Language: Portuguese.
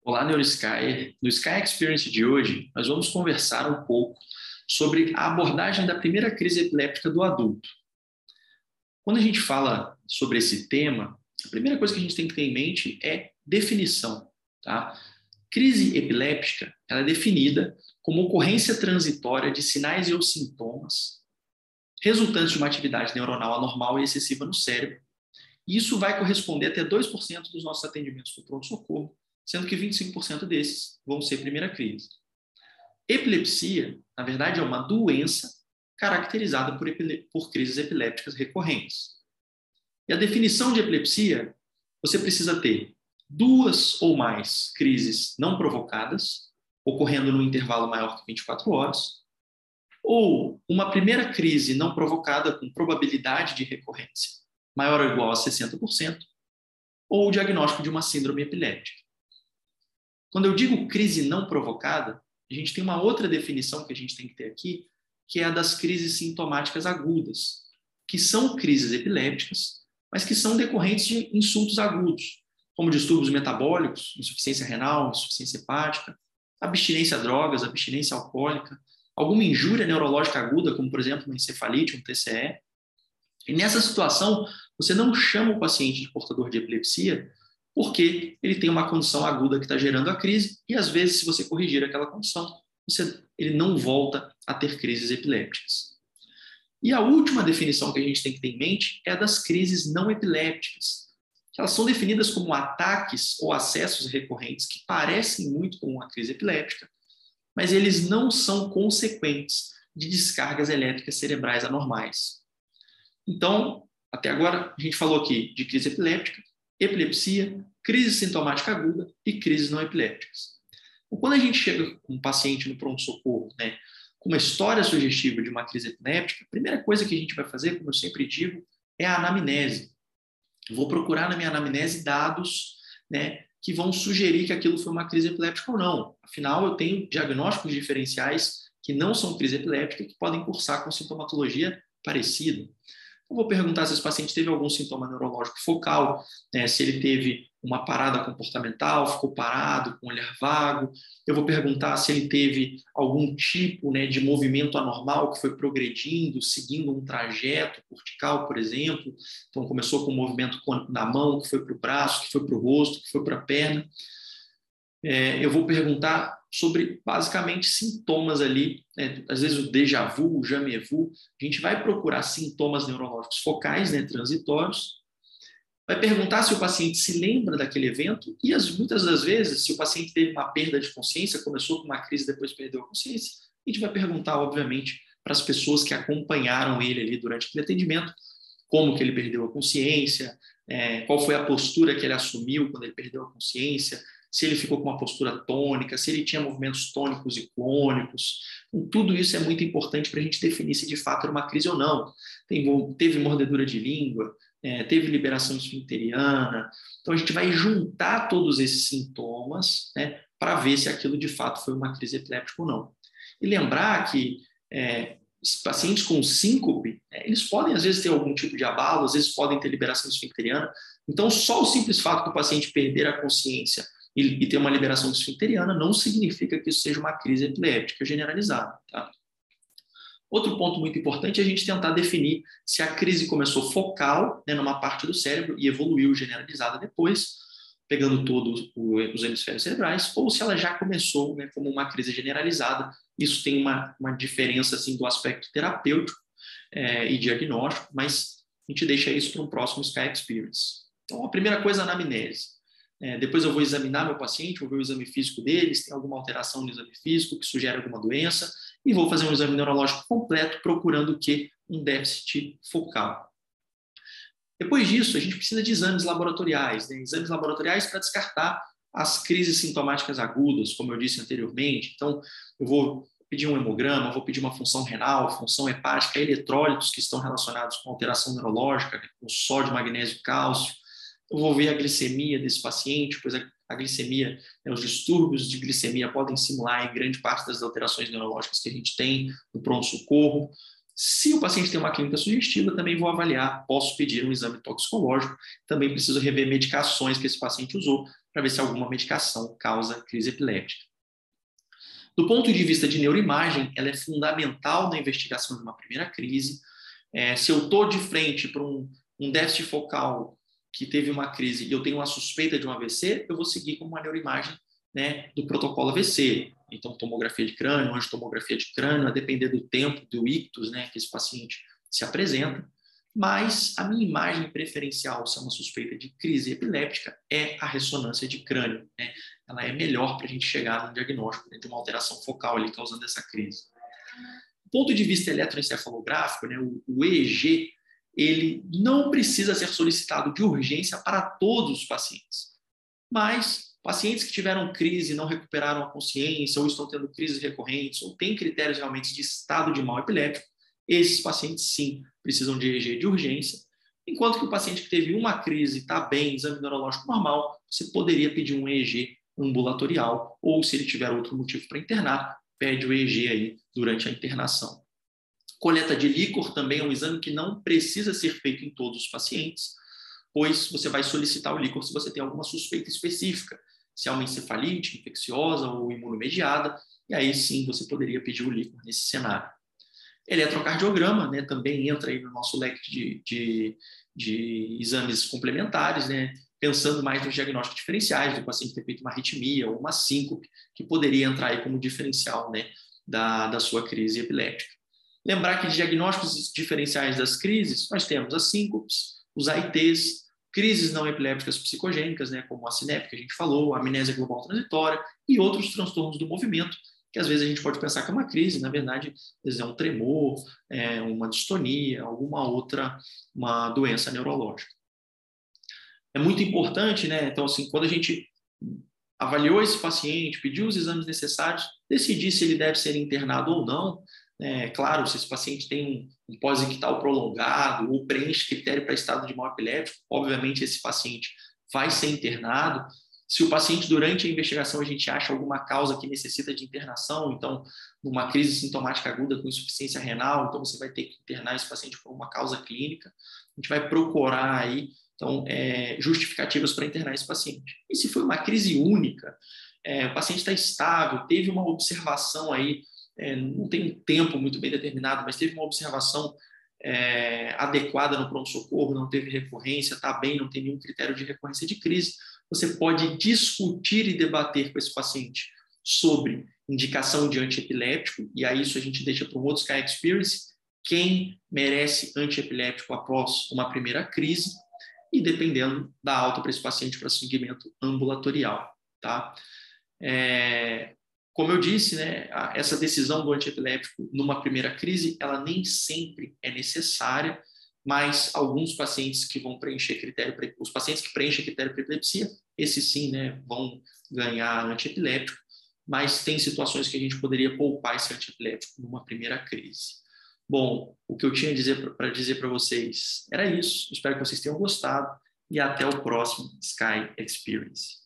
Olá, NeuroSky. No Sky Experience de hoje, nós vamos conversar um pouco sobre a abordagem da primeira crise epiléptica do adulto. Quando a gente fala sobre esse tema, a primeira coisa que a gente tem que ter em mente é definição. Tá? Crise epiléptica ela é definida como ocorrência transitória de sinais ou sintomas resultantes de uma atividade neuronal anormal e excessiva no cérebro. E isso vai corresponder até 2% dos nossos atendimentos no pronto-socorro, sendo que 25% desses vão ser primeira crise. Epilepsia, na verdade, é uma doença caracterizada por crises epilépticas recorrentes. E a definição de epilepsia, você precisa ter 2 ou mais crises não provocadas, ocorrendo num intervalo maior que 24 horas, ou uma primeira crise não provocada com probabilidade de recorrência maior ou igual a 60%, ou o diagnóstico de uma síndrome epiléptica. Quando eu digo crise não provocada, a gente tem uma outra definição que a gente tem que ter aqui, que é a das crises sintomáticas agudas, que são crises epilépticas, mas que são decorrentes de insultos agudos, como distúrbios metabólicos, insuficiência renal, insuficiência hepática, abstinência a drogas, abstinência alcoólica, alguma injúria neurológica aguda, como, por exemplo, uma encefalite, um TCE. E nessa situação, você não chama o paciente de portador de epilepsia porque ele tem uma condição aguda que está gerando a crise e, às vezes, se você corrigir aquela condição, ele não volta a ter crises epilépticas. E a última definição que a gente tem que ter em mente é a das crises não epilépticas. Elas são definidas como ataques ou acessos recorrentes que parecem muito com uma crise epiléptica, mas eles não são consequentes de descargas elétricas cerebrais anormais. Então, até agora, a gente falou aqui de crise epiléptica, epilepsia, crise sintomática aguda e crises não epilépticas. Então, quando a gente chega com um paciente no pronto-socorro, com uma história sugestiva de uma crise epiléptica, a primeira coisa que a gente vai fazer, como eu sempre digo, é a anamnese. Eu vou procurar na minha anamnese dados que vão sugerir que aquilo foi uma crise epiléptica ou não. Afinal, eu tenho diagnósticos diferenciais que não são crise epiléptica que podem cursar com sintomatologia parecida. Eu vou perguntar se esse paciente teve algum sintoma neurológico focal, se ele teve uma parada comportamental, ficou parado, com olhar vago. Eu vou perguntar se ele teve algum tipo de movimento anormal que foi progredindo, seguindo um trajeto cortical, por exemplo. Então, começou com um movimento na mão, que foi para o braço, que foi para o rosto, que foi para a perna. Eu vou perguntar sobre, basicamente, sintomas ali, às vezes o déjà vu, o jamais vu. A gente vai procurar sintomas neurológicos focais, transitórios, vai perguntar se o paciente se lembra daquele evento e, muitas das vezes, se o paciente teve uma perda de consciência, começou com uma crise, depois perdeu a consciência, a gente vai perguntar, obviamente, para as pessoas que acompanharam ele ali durante aquele atendimento, como que ele perdeu a consciência, qual foi a postura que ele assumiu quando ele perdeu a consciência, se ele ficou com uma postura tônica, se ele tinha movimentos tônicos e clônicos. Então, tudo isso é muito importante para a gente definir se de fato era uma crise ou não. Teve mordedura de língua, teve liberação esfincteriana. Então, a gente vai juntar todos esses sintomas para ver se aquilo de fato foi uma crise epiléptica ou não. E lembrar que os pacientes com síncope, eles podem às vezes ter algum tipo de abalo, às vezes podem ter liberação esfincteriana. Então, só o simples fato do paciente perder a consciência e ter uma liberação esfincteriana não significa que isso seja uma crise epiléptica generalizada. Tá? Outro ponto muito importante é a gente tentar definir se a crise começou focal, numa parte do cérebro e evoluiu generalizada depois, pegando todos os hemisférios cerebrais, ou se ela já começou como uma crise generalizada. Isso tem uma diferença assim, do aspecto terapêutico e diagnóstico, mas a gente deixa isso para um próximo Sky Experience. Então, a primeira coisa, a anamnese. Depois eu vou examinar meu paciente, vou ver o exame físico dele, se tem alguma alteração no exame físico que sugere alguma doença, e vou fazer um exame neurológico completo, procurando o quê? Um déficit focal. Depois disso, a gente precisa de exames laboratoriais, exames laboratoriais para descartar as crises sintomáticas agudas, como eu disse anteriormente. Então, eu vou pedir um hemograma, vou pedir uma função renal, função hepática, eletrólitos que estão relacionados com alteração neurológica, com sódio, magnésio, cálcio. Eu vou ver a glicemia desse paciente, pois a glicemia, os distúrbios de glicemia podem simular em grande parte das alterações neurológicas que a gente tem no pronto-socorro. Se o paciente tem uma clínica sugestiva, também vou avaliar, posso pedir um exame toxicológico, também preciso rever medicações que esse paciente usou, para ver se alguma medicação causa crise epiléptica. Do ponto de vista de neuroimagem, ela é fundamental na investigação de uma primeira crise. Se eu estou de frente para um déficit focal que teve uma crise e eu tenho uma suspeita de um AVC, eu vou seguir com uma neuroimagem, né, do protocolo AVC. Então, tomografia de crânio, angiotomografia de crânio, a depender do tempo, do ictus, né, que esse paciente se apresenta. Mas a minha imagem preferencial, se é uma suspeita de crise epiléptica, é a ressonância de crânio, né? Ela é melhor para a gente chegar no diagnóstico, né, de uma alteração focal ali causando essa crise. Do ponto de vista eletroencefalográfico, né, o EEG, ele não precisa ser solicitado de urgência para todos os pacientes. Mas pacientes que tiveram crise e não recuperaram a consciência, ou estão tendo crises recorrentes, ou têm critérios realmente de estado de mal epiléptico, esses pacientes, sim, precisam de EEG de urgência. Enquanto que o paciente que teve uma crise, está bem, exame neurológico normal, você poderia pedir um EEG ambulatorial, ou se ele tiver outro motivo para internar, pede o EEG aí durante a internação. Coleta de líquor também é um exame que não precisa ser feito em todos os pacientes, pois você vai solicitar o líquor se você tem alguma suspeita específica, se é uma encefalite infecciosa ou imunomediada, e aí sim você poderia pedir o líquor nesse cenário. Eletrocardiograma, né, também entra aí no nosso leque de exames complementares, né, pensando mais nos diagnósticos diferenciais, do paciente ter feito uma arritmia ou uma síncope, que poderia entrar aí como diferencial, né, da sua crise epiléptica. Lembrar que de diagnósticos diferenciais das crises, nós temos as síncopes, os AITs, crises não epilépticas psicogênicas, né, como a sinépica que a gente falou, a amnésia global transitória e outros transtornos do movimento, que às vezes a gente pode pensar que é uma crise, na verdade, às vezes é um tremor, uma distonia, alguma outra, uma doença neurológica. É muito importante, né? Então, assim, quando a gente avaliou esse paciente, pediu os exames necessários, decidir se ele deve ser internado ou não. Claro, se esse paciente tem um pós-ictal prolongado ou preenche critério para estado de mal epiléptico, obviamente esse paciente vai ser internado. Se o paciente, durante a investigação, a gente acha alguma causa que necessita de internação, então, numa crise sintomática aguda com insuficiência renal, então você vai ter que internar esse paciente por uma causa clínica, a gente vai procurar aí, então, justificativas para internar esse paciente. E se foi uma crise única, o paciente está estável, teve uma observação aí, não tem um tempo muito bem determinado, mas teve uma observação adequada no pronto-socorro, não teve recorrência, está bem, não tem nenhum critério de recorrência de crise, você pode discutir e debater com esse paciente sobre indicação de antiepiléptico, e aí isso a gente deixa para um outro Sky Experience, quem merece antiepiléptico após uma primeira crise, e dependendo da alta para esse paciente para seguimento ambulatorial, tá? Como eu disse, né, essa decisão do antiepiléptico numa primeira crise, ela nem sempre é necessária, mas alguns pacientes que vão preencher critério, os pacientes que preenchem critério para epilepsia, esses sim, né, vão ganhar antiepiléptico, mas tem situações que a gente poderia poupar esse antiepiléptico numa primeira crise. Bom, o que eu tinha para dizer para vocês era isso. Espero que vocês tenham gostado e até o próximo Sky Experience.